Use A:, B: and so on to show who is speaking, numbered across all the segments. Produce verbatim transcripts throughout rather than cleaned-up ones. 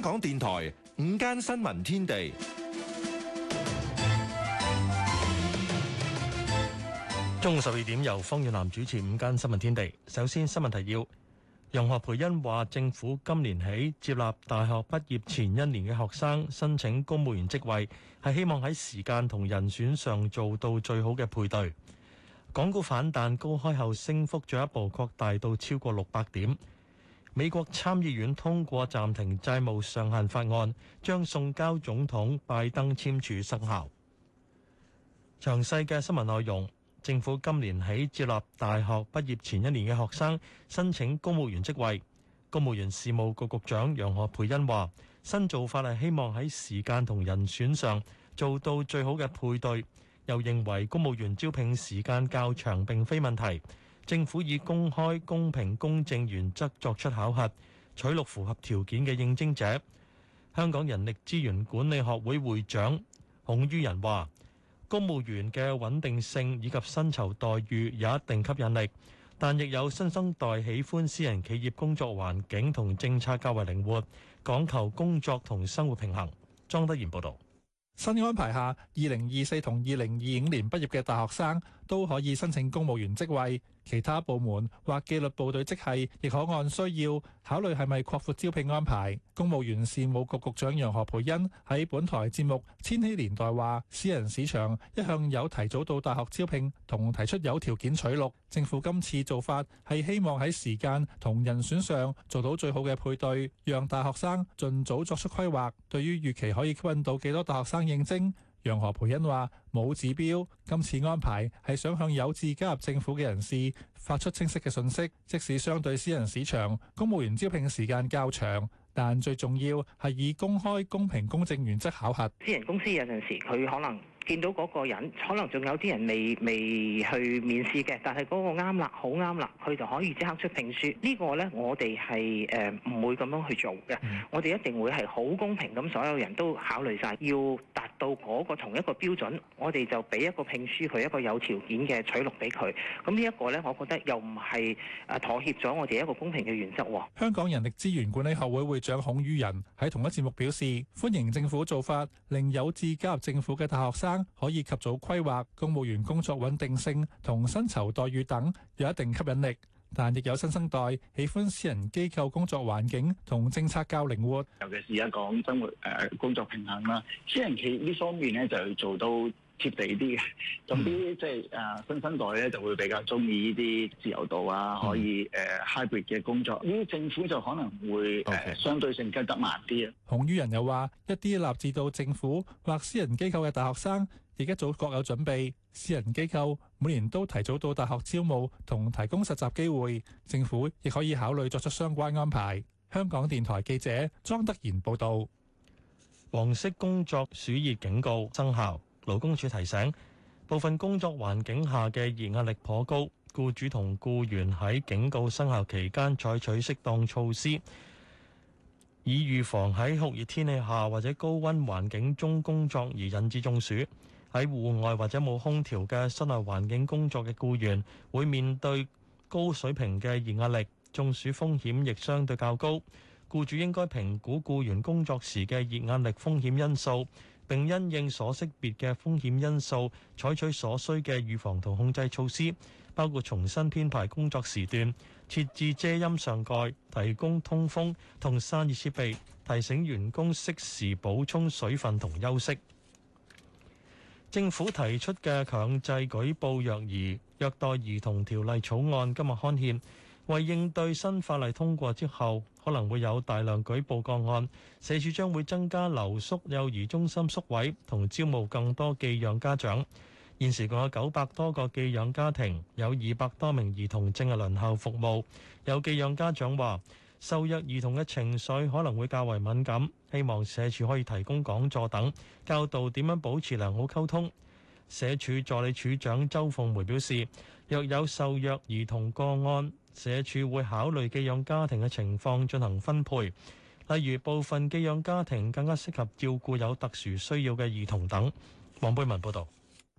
A: 港電台午間新聞天地，
B: 中午十二點由方遠南主持午間新聞天地。首先新聞提要：楊何蓓茵話，政府今年起接納大學畢業前一年嘅學生申請公務員職位，係希望喺時間同人選上做到最好嘅配對。港股反彈高開後，升幅進一步擴大到超過六百點。美國參議院通過暫停債務上限法案，將送交總統拜登簽署生效。詳細嘅新聞內容，政府今年起接納大學畢業前一年嘅學生申請公務員職位。公務員事務局局長楊何蓓茵話，新做法係希望喺時間同人選上做到最好嘅配對，又認為公務員招聘時間較長並非問題。政府以公開、公平、公正原則作出考核，取錄符合條件嘅應徵者。香港人力資源管理學會會長孔于人話，公務員嘅穩定性以及薪酬待遇有一定吸引力，但亦有新生代喜歡私人企業工作環境同政策較為靈活，講求工作同生活平衡。莊德賢報導。
C: 新安排下，二零二四同二零二五年畢業嘅大學生都可以申請公務員職位，其他部門或紀律部隊職系亦可按需要考慮係咪擴闊招聘安排。公務員事務局局長楊何蓓茵喺本台節目《千禧年代》話，私人市場一向有提早到大學招聘同提出有條件取錄，政府今次做法係希望喺時間同人選上做到最好嘅配對，讓大學生盡早作出規劃。對於預期可以吸引到幾多大學生應徵，楊何蓓茵話冇指標，今次安排係想向有志加入政府嘅人士發出清晰嘅訊息，即使相對私人市場，公務員招聘時間較長，但最重要係以公開、公平、公正原則考核。
D: 私人公司有陣時佢可能見到嗰個人，可能仲有啲人未未去面試嘅，但係嗰個啱啦，好啱啦，佢就可以即刻出聘書。呢個呢，我哋係誒唔會咁樣去做嘅。我哋一定會係好公平咁，所有人都考慮晒，要達到嗰個同一個標準，我哋就俾一個聘書佢，一個有條件嘅取錄俾佢。咁呢一個呢，我覺得又唔係誒妥協咗我哋一個公平嘅原則。
C: 香港人力資源管理學會會長孔于人喺同一節目表示，歡迎政府做法，令有志加入政府嘅大學生可以及早規劃，公務員工作穩定性同薪酬待遇等有一定吸引力，但亦有新生代喜歡私人機構工作環境同政策較靈活。
E: 尤其是而家講生活誒工作平衡啦，私人企業呢方面咧就要做到貼地啲嘅，咁啲即係誒新生代咧就會比較中意呢啲自由度啊，可以誒 hybrid 嘅工作。呢啲政府就可能會誒相對性跟得慢啲啊。
C: 孔于人又話，一啲立志到政府或私人機構嘅大學生，亦一早各有準備。私人機構每年都提早到大學招募同提供實習機會，政府亦可以考慮作出相關安排。香港電台記者莊德賢報導。
B: 黃色工作暑熱警告生效。勞工處提醒，部分工作環境下嘅熱壓力頗高，僱主同僱員喺警告生效期間採取適當措施，以預防喺酷熱天氣下或者高溫環境中工作而引致中暑。喺戶外或者冇空調嘅室內環境工作嘅僱員，會面對高水平嘅熱壓力，中暑風險亦相對較高。僱主應該評估僱員工作時嘅熱壓力風險因素，並因應所識別嘅風險因素，採取所需嘅預防同控制措施，包括重新編排工作時段、設置遮陰上蓋、提供通風同散熱設備、提醒員工適時補充水分同休息。政府提出嘅強制舉報虐兒、虐待兒童條例草案今日刊憲。為應對新法例通過之後可能會有大量舉報個案，社署將會增加留宿幼兒中心宿位同招募更多寄養家長。現時共有九百多個寄養家庭，有二百多名兒童正係輪候服務。有寄養家長話，受虐兒童嘅情緒可能會較為敏感，希望社署可以提供講座等教導點樣保持良好溝通。社署助理署長周鳳梅表示，若有受虐兒童個案，社署會考慮寄養家庭嘅情況進行分配，例如部分寄養家庭更加適合照顧有特殊需要嘅兒童等。黃貝文報導。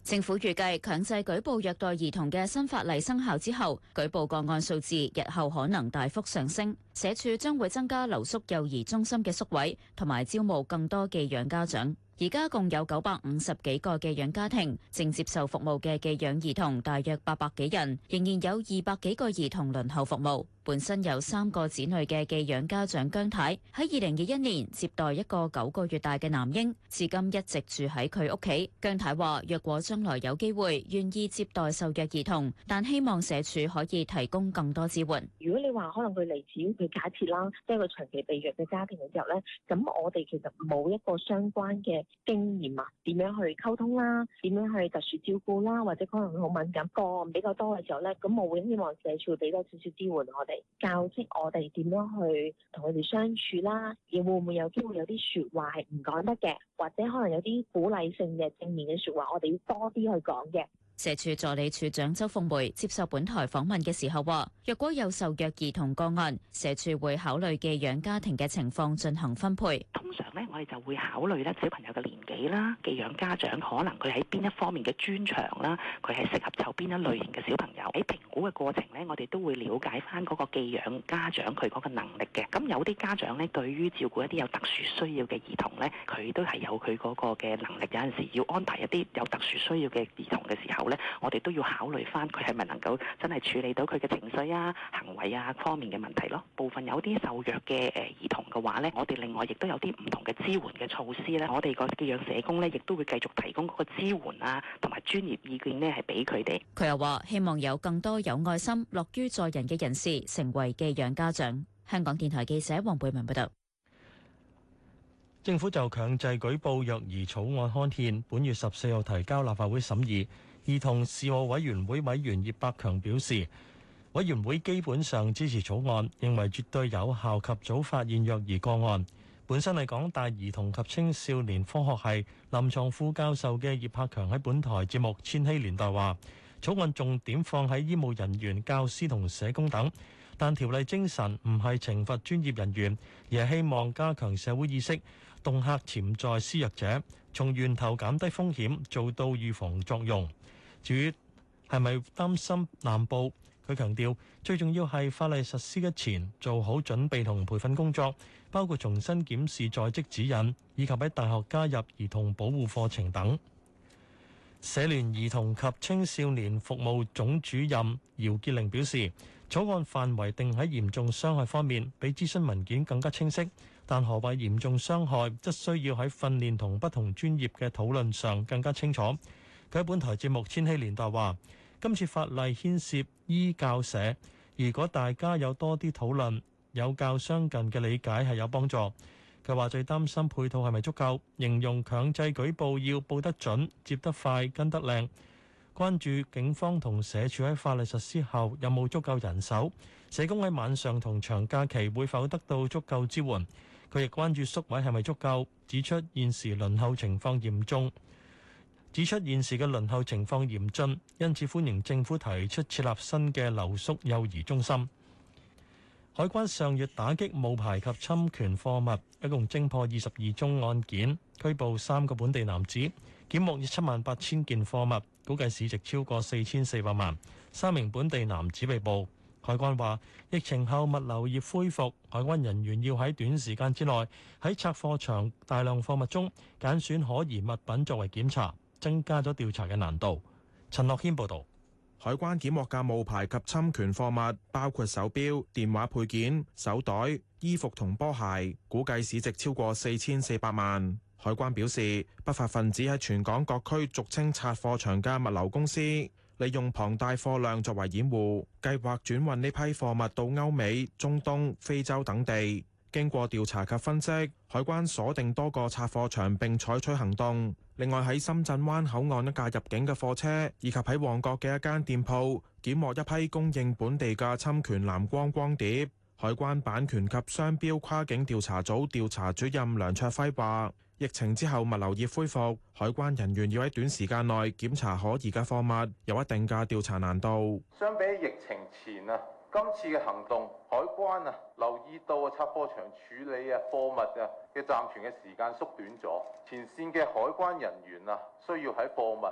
F: 政府預計強制舉報虐待兒童嘅新法例生效之後，舉報個案數字日後可能大幅上升。社署將會增加留宿幼兒中心嘅宿位，同埋招募更多寄養家長。而家共有九百五十幾個寄養家庭，正接受服務嘅寄養兒童大約八百幾人，仍然有二百幾個兒童輪候服務。本身有三個子女嘅寄養家長姜太喺二零二一年接待一個九個月大嘅男嬰，至今一直住喺佢屋企。姜太話：若果將來有機會，願意接待受虐兒童，但希望社署可以提供更多支援。
G: 如果你話可能佢嚟自佢假設啦，即係個長期被虐嘅家庭嘅時候咧，咁我哋其實冇一個相關嘅經驗啊，點樣去溝通啦，點樣去特殊照顧啦，或者可能佢好敏感個案比較多嘅時候咧，咁我會希望社署會俾多少少支援我哋。教識我哋點樣去同佢哋相處啦，亦會唔會有機會有啲説話係唔講得嘅，或者可能有啲鼓勵性嘅正面嘅説話，我哋要多啲去講嘅。
F: 社署助理署長周鳳梅接受本台訪問嘅時候話，若果有受虐兒童個案，社署會考慮寄養家庭嘅情況進行分配。
D: 通常咧，我哋就會考慮咧小朋友嘅年紀啦，寄養家長可能佢喺邊一方面嘅專長啦，佢係適合湊邊一類型嘅小朋友。喺評估嘅過程咧，我哋都會了解翻嗰個寄養家長佢嗰個能力嘅。咁有啲家長咧，對於照顧一啲有特殊需要嘅兒童咧，佢都係有佢嗰個嘅能力。有陣時要安排一啲有特殊需要嘅兒童嘅時候咧，我哋都要考慮翻佢係咪能夠真係處理到佢嘅情緒啊、行為啊方面嘅問題咯。部分有啲受虐嘅誒兒童嘅話咧，我哋另外亦都有啲唔同嘅支援嘅措施咧。我哋個寄養社工咧，亦都會繼續提供嗰個支援啊，同埋專業意見咧，係俾佢哋。
F: 佢又話：希望有更多有愛心、樂於助人嘅人士成為寄養家長。香港電台記者黃貝文報道。
B: 政府就強制舉報虐兒草案刊憲，本月十四號提交立法會審議。兒童事務委員會委員葉柏強表示，委員會基本上支持草案，認為絕對有效及早發現虐兒個案。本身係港大兒童及青少年科學系臨床副教授嘅葉柏強喺本台節目《千禧年代》話，草案重點放喺醫務人員、教師同社工等，但條例精神唔係懲罰專業人員，而係希望加強社會意識，恫嚇潛在施虐者，從源頭減低風險，做到預防作用。至於係咪擔心濫報，佢強調最重要係法例實施之前做好準備同培訓工作，包括重新檢視在職指引，以及喺大學加入兒童保護課程等。社聯兒童及青少年服務總主任姚潔玲表示，草案範圍定喺嚴重傷害方面，比諮詢文件更加清晰，但何謂嚴重傷害，則需要喺訓練同不同專業嘅討論上更加清楚。佢喺本台節目《千禧年代》話：今次法例牽涉醫教社，如果大家有多啲討論，有較相近嘅理解係有幫助。佢話最擔心配套係咪足夠，形容強制舉報要報得準、接得快、跟得靚。關注警方同社署喺法例實施後有冇足夠人手，社工喺晚上同長假期會否得到足夠支援。佢亦關注宿位係咪足夠，指出現時輪候情況嚴重。指出現時嘅輪候情況嚴峻，因此歡迎政府提出設立新嘅留宿幼兒中心。海關上月打擊冒牌及侵權貨物，一共偵破二十二宗案件，拘捕三個本地男子，檢獲約七萬八千件貨物，估計市值超過四千四百萬。三名本地男子被捕。海關話，疫情後物流業恢復，海關人員要喺短時間之內喺拆貨場大量貨物中揀選可疑物品作為檢查，增加咗調查嘅難度。陳樂軒報導。
H: 海關檢獲嘅冒牌及侵權貨物包括手錶、電話配件、手袋、衣服同波鞋，估計市值超過四千四百萬。海關表示，不法分子喺全港各區俗稱拆貨場嘅物流公司，利用龐大貨量作為掩護，計劃轉運呢批貨物到歐美、中東、非洲等地。經過調查及分析，海關鎖定多個拆貨場並採取行動。另外喺深圳灣口岸一架入境嘅貨車，以及喺旺角嘅一間店鋪，檢獲一批供應本地嘅侵權藍光光碟。海關版權及商標跨境調查組調查主任梁卓輝話，疫情之後物流業恢復，海關人員要喺短時間內檢查可疑嘅貨物，有一定嘅調查難度。
I: 相比疫情前啊，今次嘅行動，海關啊留意到啊拆貨場處理啊貨物啊嘅暫存嘅時間縮短咗，前線嘅海關人員啊需要喺貨物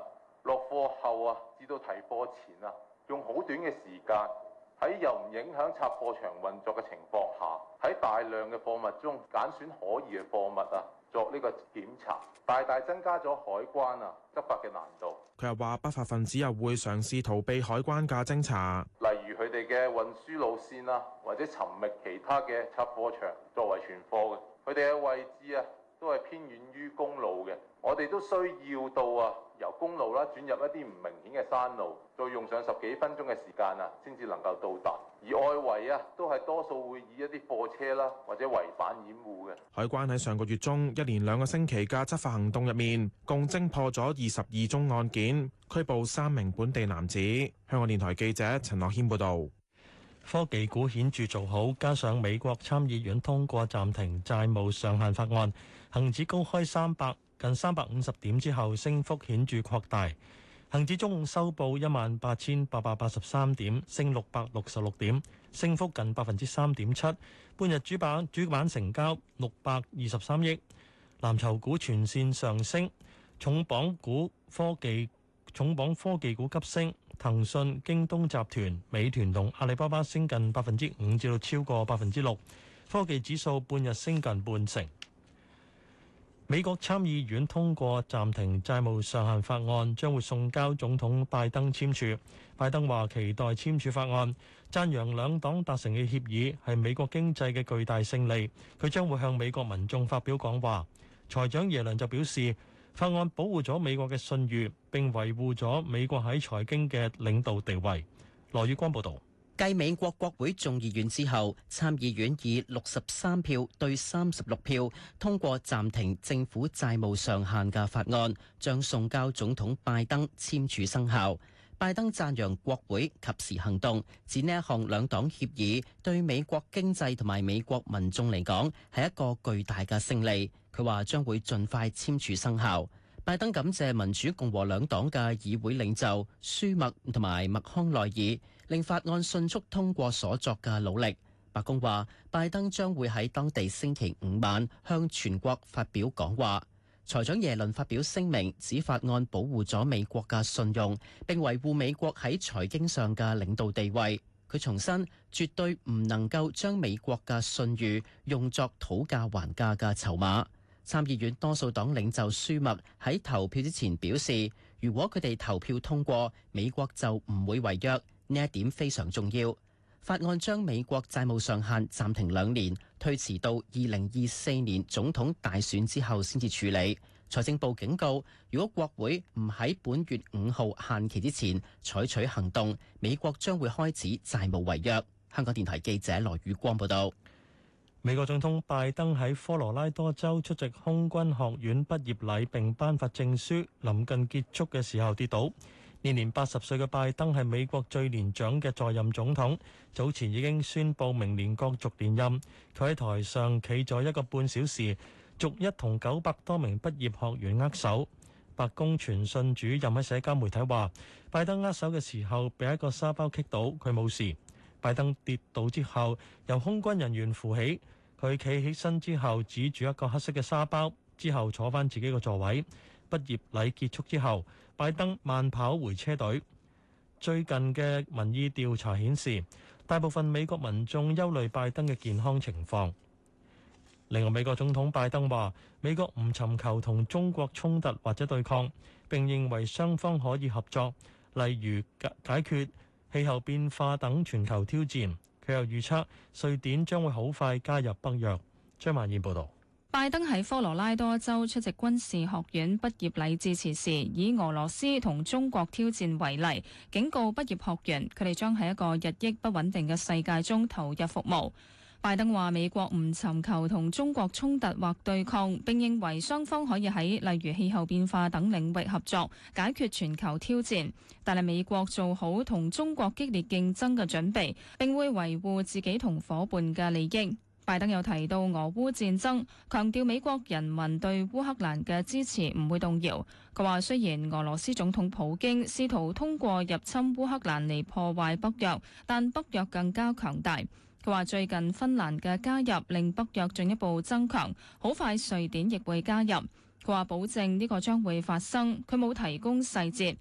I: 落貨後啊，至到提貨前啊，用好短嘅時間，喺又唔影響插貨場運作嘅情況下，喺大量嘅貨物中揀選可疑嘅貨物啊，作呢個檢查，大大增加咗海關啊執法嘅難度。
H: 佢又話，不法分子又會嘗試逃避海關嘅偵查，
I: 例如佢哋嘅運輸路線啊，或者尋覓其他嘅插貨場作為存貨嘅，佢哋嘅位置啊都係偏遠於公路嘅。我哋都需要到啊由公路啦轉入一啲唔明顯嘅山路，再用上十幾分鐘嘅時間啊，先至能夠到達。而外圍啊，都係多數會以一啲貨車啦或者圍板掩護嘅。
H: 海關喺上個月中一連兩個星期嘅執法行動入面，共偵破咗二十二宗案件，拘捕三名本地男子。香港電台記者陳樂軒報導。
B: 科技股顯著做好，加上美國參議院通過暫停債務上限法案，恒指高開三百近三百五十點之後，升幅顯著擴大。恒指中午收報一萬八千八百八十三點，升六百六十六點，升幅近百分之三點七。半日主板主板成交六百二十三億。藍籌股全線上升，重磅股科技重磅科技股急升，騰訊、京東集團、美團同阿里巴巴升近百分之五至到超過百分之六。科技指數半日升近半成。美國參議院通過暫停債務上限法案，將會送交總統拜登簽署。拜登話期待簽署法案，讚揚兩黨達成嘅協議係美國經濟嘅巨大勝利。佢將會向美國民眾發表講話。財長耶倫就表示，法案保護咗美國嘅信譽，並維護咗美國喺財經嘅領導地位。羅宇光報導。
J: 繼美國國會眾議院之後，參議院以六十三票對三十六票通過暫停政府債務上限嘅法案，將送交總統拜登簽署生效。拜登讚揚國會及時行動，指呢一項兩黨協議對美國經濟同埋美國民眾嚟講係一個巨大嘅勝利。佢話將會盡快簽署生效。拜登感謝民主共和兩黨嘅議會領袖舒默同埋麥康奈爾，令法案迅速通過所作嘅努力。白宮話，拜登將會喺當地星期五晚向全國發表講話。財長耶倫發表聲明，指法案保護咗美國嘅信用，並維護美國喺財經上嘅領導地位。佢重申，絕對唔能夠將美國嘅信譽用作討價還價嘅籌碼。參議院多數黨領袖舒默喺投票之前表示，如果佢哋投票通過，美國就唔會違約，呢一點非常重要。法案將美國債務上限暫停兩年，推遲到二零二四年總統大選之後先至處理。財政部警告，如果國會唔喺本月五號限期之前採取行動，美國將會開始債務違約。香港電台記者羅宇光報道。
B: 美國總統拜登喺科羅拉多州出席空軍學院畢業禮並頒發證書，臨近結束嘅時候跌倒。年年八十歲嘅拜登係美國最年長嘅在任總統，早前已經宣布明年角逐連任。佢喺台上企咗一個半小時，逐一同九百多名畢業學員握手。白宮傳訊主任喺社交媒體話，拜登握手嘅時候被一個沙包棘到，佢冇事。拜登跌倒之後，由空軍人員扶起。佢企起身之後，指住一個黑色嘅沙包，之後坐返自己個座位。畢業禮結束之後，拜登慢跑回車隊。最近嘅民意調查顯示，大部分美國民眾憂慮拜登嘅健康情況。另外，美國總統拜登話，美國唔尋求同中國衝突或者對抗，並認為雙方可以合作，例如解決氣候變化等全球挑戰。佢又預測瑞典將會好快加入北約。張曼燕報導。
K: 拜登喺科羅拉多州出席軍事學院畢業禮致辭時，以俄羅斯同中國挑戰為例，警告畢業學員佢哋將喺一個日益不穩定嘅世界中投入服務。拜登話美國唔尋求同中國衝突或對抗，並認為雙方可以喺例如氣候變化等領域合作，解決全球挑戰。但係美國做好同中國激烈競爭嘅準備，並會維護自己同伙伴嘅利益。拜登又提到俄烏戰爭，強調美國人民對烏克蘭嘅支持唔會動搖。佢話雖然俄羅斯總統普京試圖通過入侵烏克蘭嚟破壞北約，但北約更加強大。佢話最近芬蘭嘅加入令北約進一步增強，好快瑞典亦會加入。佢話保證呢個將會發生，佢冇提供細節。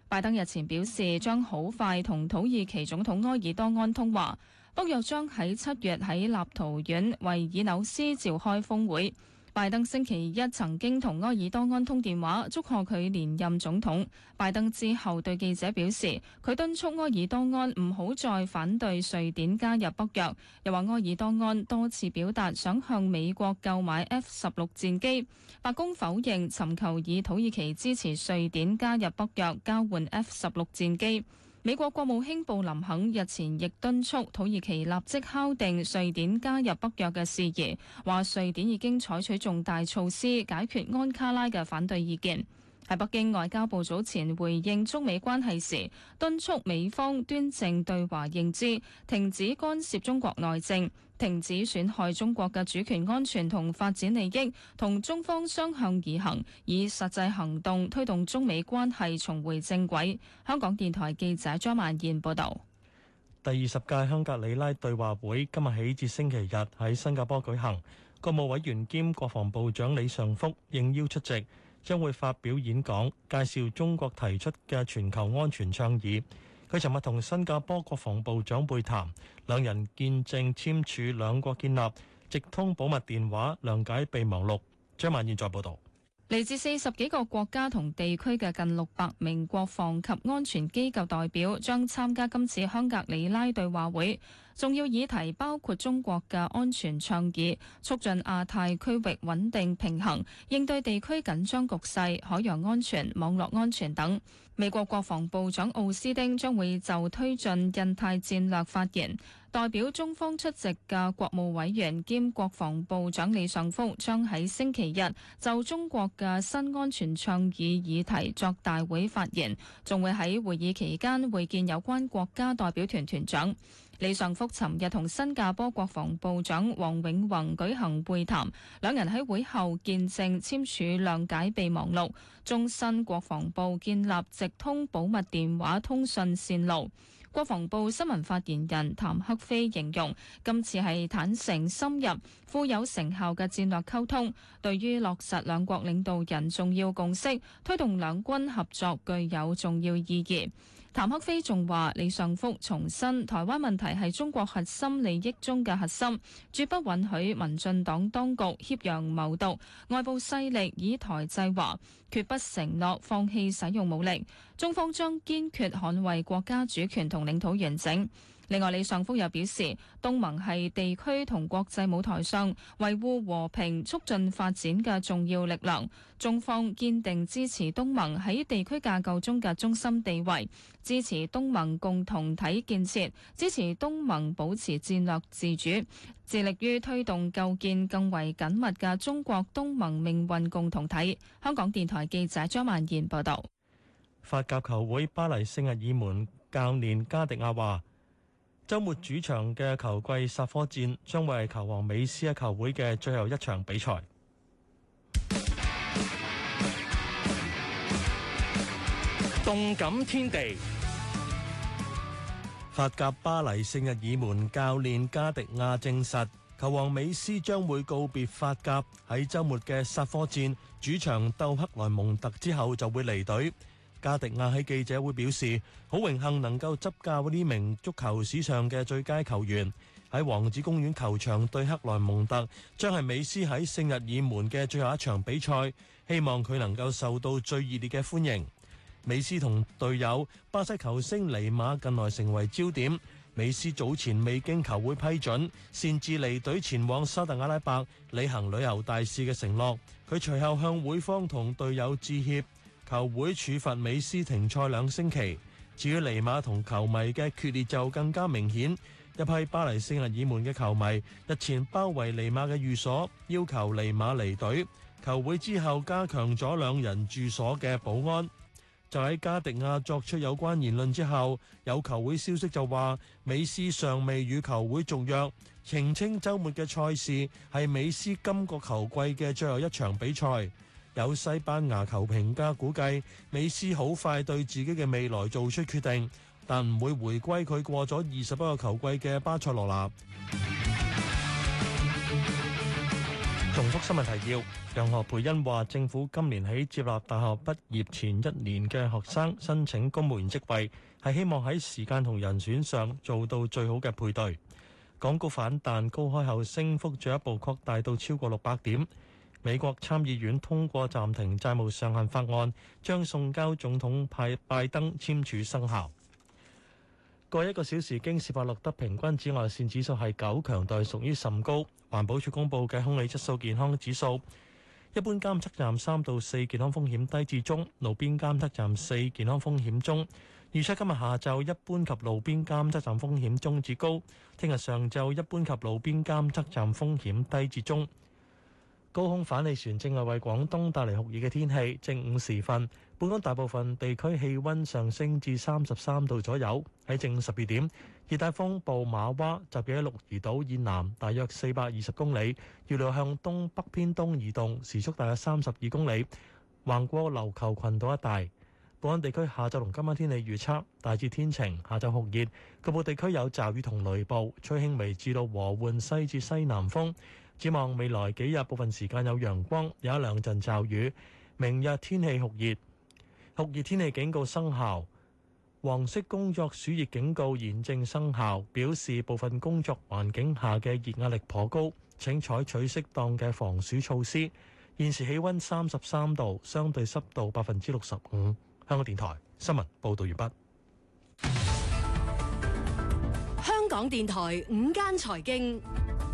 K: 拜登日前表示，將好快同土耳其總統埃爾多安通話，北約將喺七月喺立陶宛維爾紐斯召開峰會。拜登星期一曾經同埃爾多安通電話，祝賀佢連任總統。拜登之後對記者表示，佢敦促埃爾多安唔好再反對瑞典加入北約，又話埃爾多安多次表達想向美國購買 F 十六戰機。白宮否認尋求以土耳其支持瑞典加入北約交換 F 十六戰機。美國國務卿布林肯日前亦敦促土耳其立即敲定瑞典加入北約嘅事宜，話瑞典已經採取重大措施解決安卡拉嘅反對意見。喺北京，外交部早前回應中美關係時，敦促美方端正對華認知，停止干涉中國內政，停止損害中國嘅主權安全同發展利益，同中方相向而行，以實際行動推動中美關係重回正軌。香港電台記者張曼燕報導。
B: 第二十屆香格里拉對話會今日起至星期日喺新加坡舉行，國務委員兼國防部長李尚福應邀出席，將會發表演講，介紹中國提出嘅全球安全倡議。佢尋日同新加坡國防部長會談，兩人見證簽署兩國建立直通保密電話諒解備忘錄。張曼燕再報導。
K: 嚟自四十幾個國家同地區嘅近六百名國防及安全機構代表將參加今次香格里拉對話會。重要議題包括中國嘅安全倡議、促進亞太區域穩定平衡、應對地區緊張局勢、海洋安全、網絡安全等。美國國防部長奧斯汀將會就推進印太戰略發言。代表中方出席嘅國務委員兼國防部長李尚福將喺星期日就中國嘅新安全倡議議題作大會發言，仲會喺會議期間會見有關國家代表團團長。李尚福尋日同新加坡國防部長黃永宏舉行會談，兩人喺會後見證簽署諒解備忘錄，中新國防部建立直通保密電話通訊線路。國防部新聞發言人譚克非形容今次係坦誠深入、富有成效嘅戰略溝通，對於落實兩國領導人重要共識，推動兩軍合作具有重要意義。譚克非仲話，李尚福重申台灣問題係中國核心利益中嘅核心，絕不允許民進黨當局挾洋謀獨、外部勢力以台制華，決不承諾放棄使用武力。中方將堅決捍衛國家主權同領土完整。另外，李尚福又表示，東盟係地區同國際舞台上維護和平、促進發展嘅重要力量。中方堅定支持東盟喺地區架構中嘅中心地位，支持東盟共同體建設，支持東盟保持戰略自主，致力於推動構建更為緊密嘅中國東盟命運共同體。香港電台記者張曼燕報導。
B: 法甲球會巴黎聖日耳門教練加迪亞話，週末主場嘅球季煞科戰將會係球王美斯喺球會嘅最後一場比賽。
A: 動感天地，
B: 法甲巴黎聖日耳門教練加迪亞證實，球王美斯將會告別法甲，喺週末嘅煞科戰主場鬥克萊蒙特之後就會離隊。加迪亞喺記者會表示，好榮幸能夠執教呢名足球史上嘅最佳球員。喺王子公園球場對克萊蒙特，將係美斯喺聖日耳門嘅最後一場比賽，希望佢能夠受到最熱烈嘅歡迎。美斯同隊友巴西球星尼馬近來成為焦點。美斯早前未經球會批准，擅自離隊前往沙特阿拉伯履行旅遊大使嘅承諾。佢隨後向會方同隊友致歉。球會處罰美斯停賽兩星期。至於尼馬同球迷嘅決裂就更加明顯，一批巴黎聖日耳門嘅球迷日前包圍尼馬嘅寓所，要求尼馬離隊。球會之後加強咗兩人住所嘅保安。就喺加迪亞作出有關言論之後，有球會消息就話美斯尚未與球會續約，澄清週末嘅賽事係美斯今個球季嘅最後一場比賽。有西班牙球評家估計，美斯好快對自己嘅未來做出決定，但唔會回歸佢過咗二十一個球季嘅巴塞羅那。 重複新聞提要。楊何蓓茵話：政府今年起接納大學畢業前一年嘅學生申請公務員職位，係希望喺時間同人選上做到最好嘅配對。港股反彈高開後，升幅進一步擴大到超過六百點。美國參議院通過暫停債務上限法案，將送交總統派拜登簽署生效。過一個小時，京士柏錄得平均紫外線指數係九，強度屬於甚高。環保署公布嘅空氣質素健康指數，一般監測站三到四，健康風險低至中，路邊監測站四，健康風險中。預測今日下晝一般及路邊監測站風險中至高，聽日上晝一般及路邊監測站風險低至中。高空反氣旋正係為廣東帶嚟酷熱嘅天氣。正午時分，本港大部分地區氣温上升至三十三度左右。喺正午十二點，熱帶風暴馬娃集結喺鹿兒島以南大約四百二十公里，預料向東北偏東移動，時速大約三十二公里，橫過琉球群島一帶。本港地區下晝同今晚天氣預測大致天晴，下晝酷熱，局部地區有驟雨同雷暴，吹輕微至到和緩西至西南風。展望未來幾日，部分時間有陽光，有一兩陣驟雨。明日天氣酷熱，酷熱天氣警告生效，黃色工作暑熱警告現正生效，表示部分工作環境下嘅熱壓力頗高，請採取適當嘅防暑措施。現時氣温三十三度，相對濕度百分之六十五。香港電台新聞報導完畢。
L: 香港電台午間財經。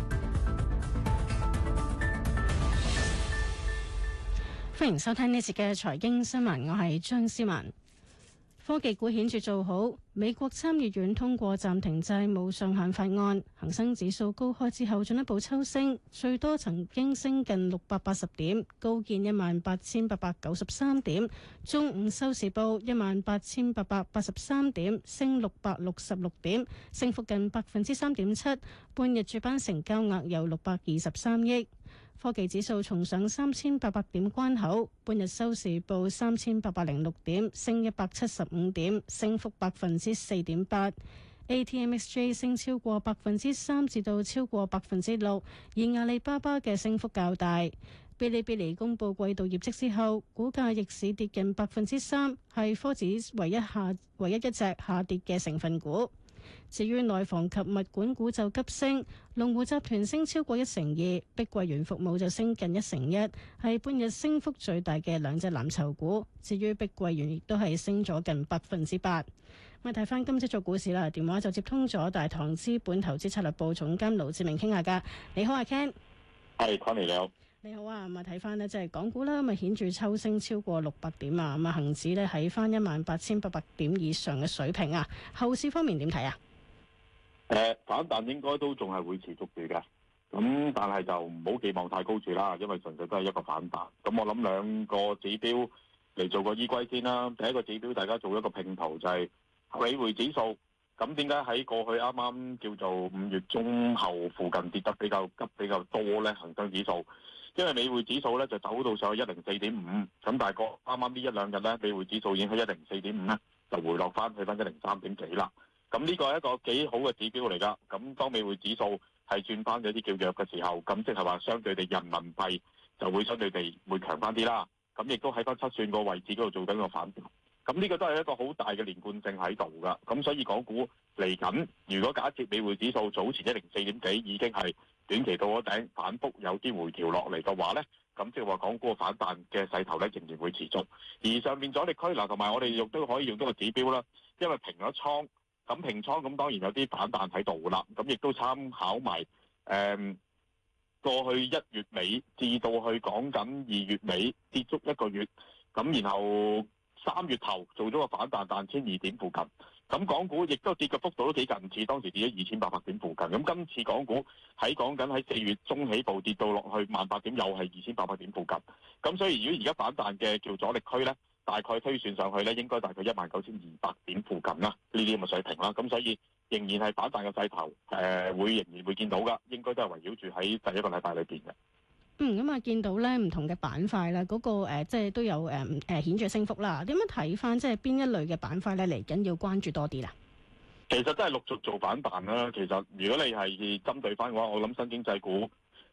M: 歡迎收聽呢節嘅財經新聞，我係張思文。科技股顯著做好，美國參議院通過暫停債務上限法案，恒生指數高開之後進一步抽升，最多曾經升近六百八十點，高見一萬八千八百九十三點。中午收市報一萬八千八百八十三點，升六百六十六點，升幅近百分之三點七。半日主板成交額有六百二十三億。科技指數重上三千八百點關口，半日收市報三千八百零六點，升一百七十五點，升幅百分之四點八。A T M X J 升超過百分之三至到超過百分之六，而阿里巴巴嘅升幅較大。嗶哩嗶哩公布季度業績之後，股價逆市跌近百分之三，係科指唯一下唯一一隻下跌嘅成分股。至於內房及物管股就急升，龍湖集團升超過一成二，碧桂園服務就升近一成一，係半日升幅最大嘅兩隻藍籌股。至於碧桂園亦都係升咗近百分之八。咁睇翻今朝早股市啦，電話就接通咗大唐資本投資策略部總監盧志明傾下㗎。你好，阿 Ken。
N: 係，Connie你好。
M: 你好啊，咁啊睇翻呢，即係港股啦，咁啊顯著抽升超過六百點啊，咁啊恆指呢喺翻一萬八千八百點以上嘅水平啊。後市方面點睇啊？
N: 誒、呃、反彈應該都仲係會持續住嘅，咁但係就唔好寄望太高住啦，因為純粹都係一個反彈。咁我諗兩個指標嚟做個依歸先啦。第一個指標大家做一個拼圖就係美匯指數。咁點解喺過去啱啱叫做五月中後附近跌得比較急比較多咧？恒生指數，因為美匯指數咧就走到上去一零四點五，咁大概啱啱呢一兩日咧，美匯指數已經喺一零四點五咧，就回落翻去翻一零三點幾啦。咁呢個係一個幾好嘅指標嚟㗎。咁當美匯指數係轉翻咗啲叫弱嘅時候，咁即係話相對地人民幣就會相對地會強翻啲啦。咁亦都喺翻七算個位置嗰度做緊個反彈。咁呢個都係一個好大嘅連貫性喺度㗎。咁所以港股嚟緊，如果假設美匯指數早前一零四點幾已經係短期到咗頂，反覆有啲回調落嚟嘅話咧，咁即係話港股嘅反彈嘅勢頭咧仍然會持續。而上面阻力區嗱，同埋我哋亦都可以用到個指標啦，因為平咗倉。咁平倉咁當然有啲反彈喺度啦，咁亦都參考埋誒、嗯、過去一月尾至到去講緊二月尾跌足一個月，咁然後三月頭做咗個反彈彈千二點附近，咁港股亦都跌嘅幅度都幾近似，當時跌咗二千八百點附近，咁今次港股喺講緊喺四月中起步跌到落去萬八點，又係二千八百點附近，咁所以如果而家反彈嘅叫阻力區咧，大概推算上去咧，應該大概一萬九千二百點附近啦，呢啲咁嘅水平啦。咁所以仍然係反彈嘅勢頭，誒、呃、會仍然會見到噶，應該都係圍繞住喺第一個禮拜裏邊嘅。
M: 嗯，咁啊見到咧唔同嘅板塊啦，嗰、那個、呃、即係都有誒誒、呃、顯著升幅啦。點樣睇翻即係邊一類嘅板塊咧嚟緊要關注多啲啦？
N: 其實都係陸續做反彈啦。其實如果你係針對翻嘅話，我諗新經濟股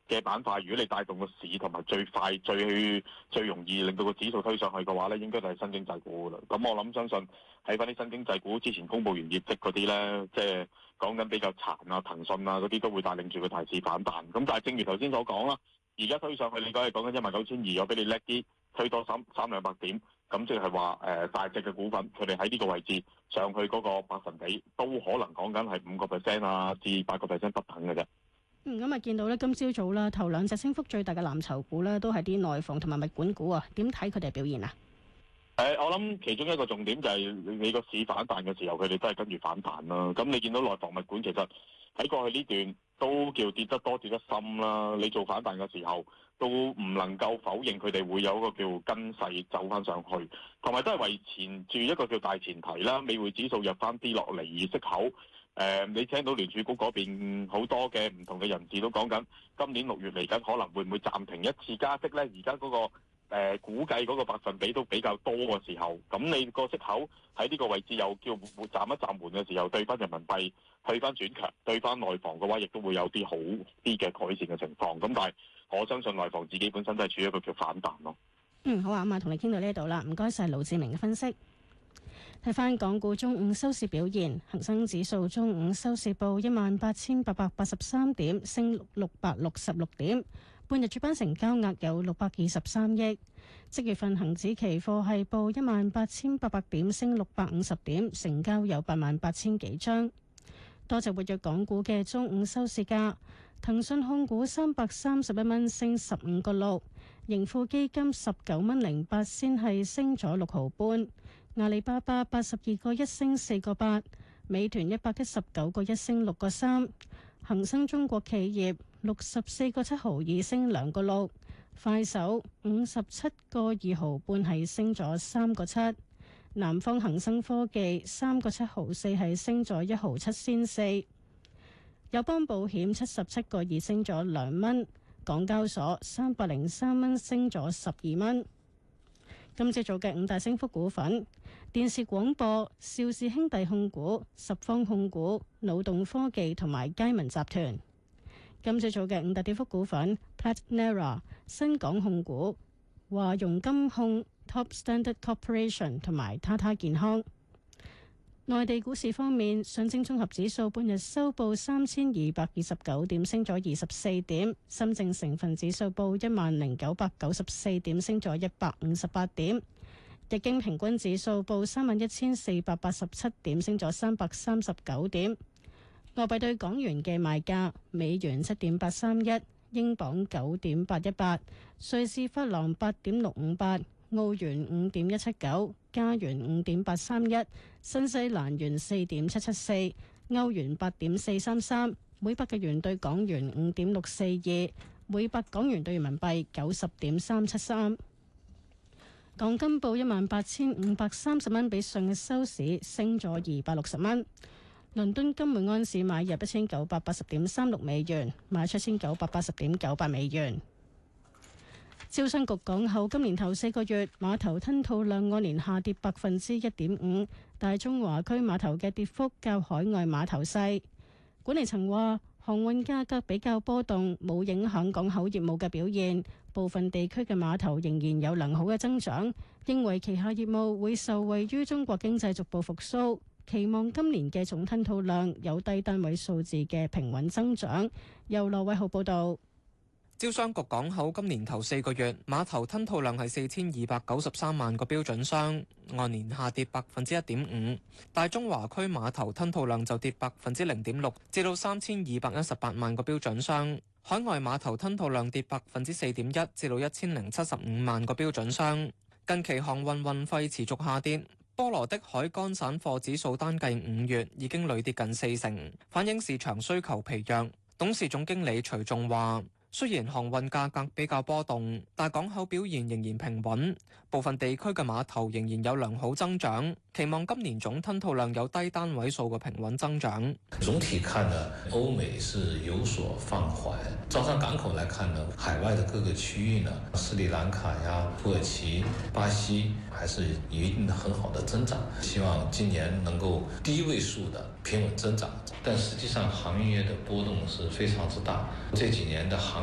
N: 嘅板塊，如果你帶動個市同埋最快、最最容易令到個指數推上去嘅話咧，應該就係新經濟股噶啦。咁我諗相信喺翻啲新經濟股之前公佈完業績嗰啲咧，即係講緊比較殘啊、騰訊啊嗰啲都會帶領住個大市反彈。咁但係正如頭先所講啦，而家推上去你講係講緊一萬九千二，我俾你叻啲，推多三三兩百點。咁即係話誒大隻嘅股份，佢哋喺呢個位置上去嗰個百分比都可能講緊係五個 percent 啊至八個 percent 不等嘅啫。
M: 嗯，咁啊見到咧，今朝早啦，頭兩隻升幅最大嘅藍籌股咧，都係啲內房同埋物管股啊。點睇佢哋表現啊？誒、
N: 呃，我諗其中一個重點就係你個市反彈嘅時候，佢哋都係跟住反彈啦。咁你見到內房物管其實喺過去呢段都叫跌得多跌得深啦。你做反彈嘅時候，都唔能夠否認佢哋會有一個叫跟勢走翻上去，同埋都係維持住一個叫大前提啦。美匯指數入翻啲落嚟，而息口誒、呃，你聽到聯儲局嗰邊好多嘅唔同嘅人士都講緊，今年六月嚟緊可能會唔會暫停一次加息呢？而家嗰個誒、呃、估計嗰個百分比都比較多嘅時候，咁你個息口喺呢個位置又叫暫一暫緩嘅時候，對翻人民幣去翻轉強，對翻內房嘅話，亦都會有啲好啲嘅改善嘅情況。咁但係我相信內房自己本身都係處於一個叫反彈咯。
M: 嗯，好啊，咁啊，同你傾到呢度啦，唔該晒盧志明嘅分析。睇翻港股中午收市表現，恒生指數中午收市報一萬八千八百八十三點，升六百六十六點。半日主板成交額有六百二十三億。即月份恒指期貨係報一萬八千八百點，升六百五十點，成交有八萬八千幾張。多隻活躍港股嘅中午收市價。騰訊控股三百三十一蚊升十五個六，盈富基金十九蚊零八先係升咗六毫半，阿里巴巴八十二個一升四個八，美團一百一十九個一升六個三，恒生中國企業六十四個七毫二升兩個六，快手五十七個二毫半係升咗三個七，南方恒生科技三個七毫四係升咗一毫七先四。友邦保險七十七個二升咗兩蚊，港交所三百零三蚊升咗十二蚊。今朝早嘅五大升幅股份：電視廣播、邵氏兄弟控股、十方控股、腦動科技同埋佳文集團。今朝早嘅五大跌幅股份：Platnera、新港控股、華融金控、Top Standard Corporation 同埋他他健康。內地股市方面，上證綜合指數半日收報三千二百二十九點，升咗二十四點；深證成分指數報一萬零九百九十四點，升咗一百五十八點；日經平均指數報三萬一千四百八十七點，升咗三百三十九點。外幣對港元嘅賣價：美元七點八三一，英鎊九點八一八，瑞士法郎八點六五八。澳元五點一七九，加元五點八三一，新西蘭元四點七七四，歐元八點四三三，每百嘅元對港元五點六四二，每百港元對人民幣九十點三七三。港金報一萬八千五百三十蚊，比上日收市升咗二百六十蚊。倫敦金每安士買入一千九百八十點三六美元，賣出一千九百八十點九八美元。招商局港口今年頭四個月碼頭吞吐量按年下跌百分之一點五，大中華區碼頭嘅跌幅較海外碼頭細。管理層話航運價格比較波動，冇影響港口業務嘅表現，部分地區嘅碼頭仍然有良好嘅增長，認為旗下業務會受惠於中國經濟逐步復甦，期望今年嘅總吞吐量有低單位數字嘅平穩增長。由羅偉浩報導。
O: 招商局港口今年頭四個月碼頭吞吐量係四千二百九十三萬個標準箱，按年下跌百分之一點五。大中華區碼頭吞吐量就跌百分之零點六，至到三千二百一十八萬個標準箱。海外碼頭吞吐量跌百分之四點一，至到一千零七十五萬個標準箱。近期航運運費持續下跌，波羅的海乾散貨指數單計五月已經累跌近四成，反映市場需求疲弱。董事總經理徐仲話：雖然航運價格比較波動，但港口表現仍然平穩，部分地區嘅碼頭仍然有良好增長，期望今年總吞吐量有低單位數嘅平穩增長。
P: 總體看呢，歐美是有所放緩。招商港口來看呢，海外的各個區域呢，斯里蘭卡呀、土耳其、巴西，還是有一定的很好的增長。希望今年能夠低位數的平穩增長。但實際上行業的波動是非常之大，這幾年的行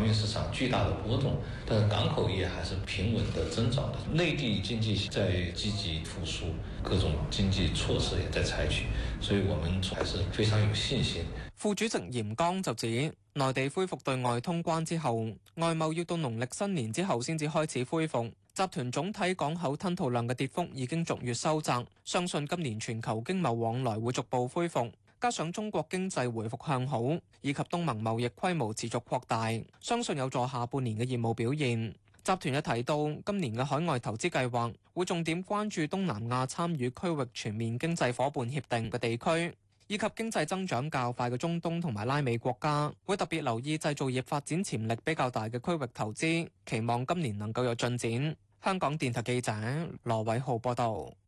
P: 航運市場巨大的波動，但是港口業還是平穩的增長的。內地經濟在積極復甦，各種經濟措施也在採取，所以我們還是非常有信心。
O: 副主席嚴剛就指，內地恢復對外通關之後，外貿要到農曆新年之後先至開始恢復。集團總體港口吞吐量嘅跌幅已經逐月收窄，相信今年全球經貿往來會逐步恢復，加上中國經濟回復向好，以及東盟貿易規模持續擴大，相信有助下半年嘅業務表現。集團又提到，今年嘅海外投資計劃會重點關注東南亞參與區域全面經濟夥伴協定嘅地區，以及經濟增長較快嘅中東同埋拉美國家，會特別留意製造業發展潛力比較大嘅區域投資，期望今年能夠有進展。香港電台記者羅偉浩報道。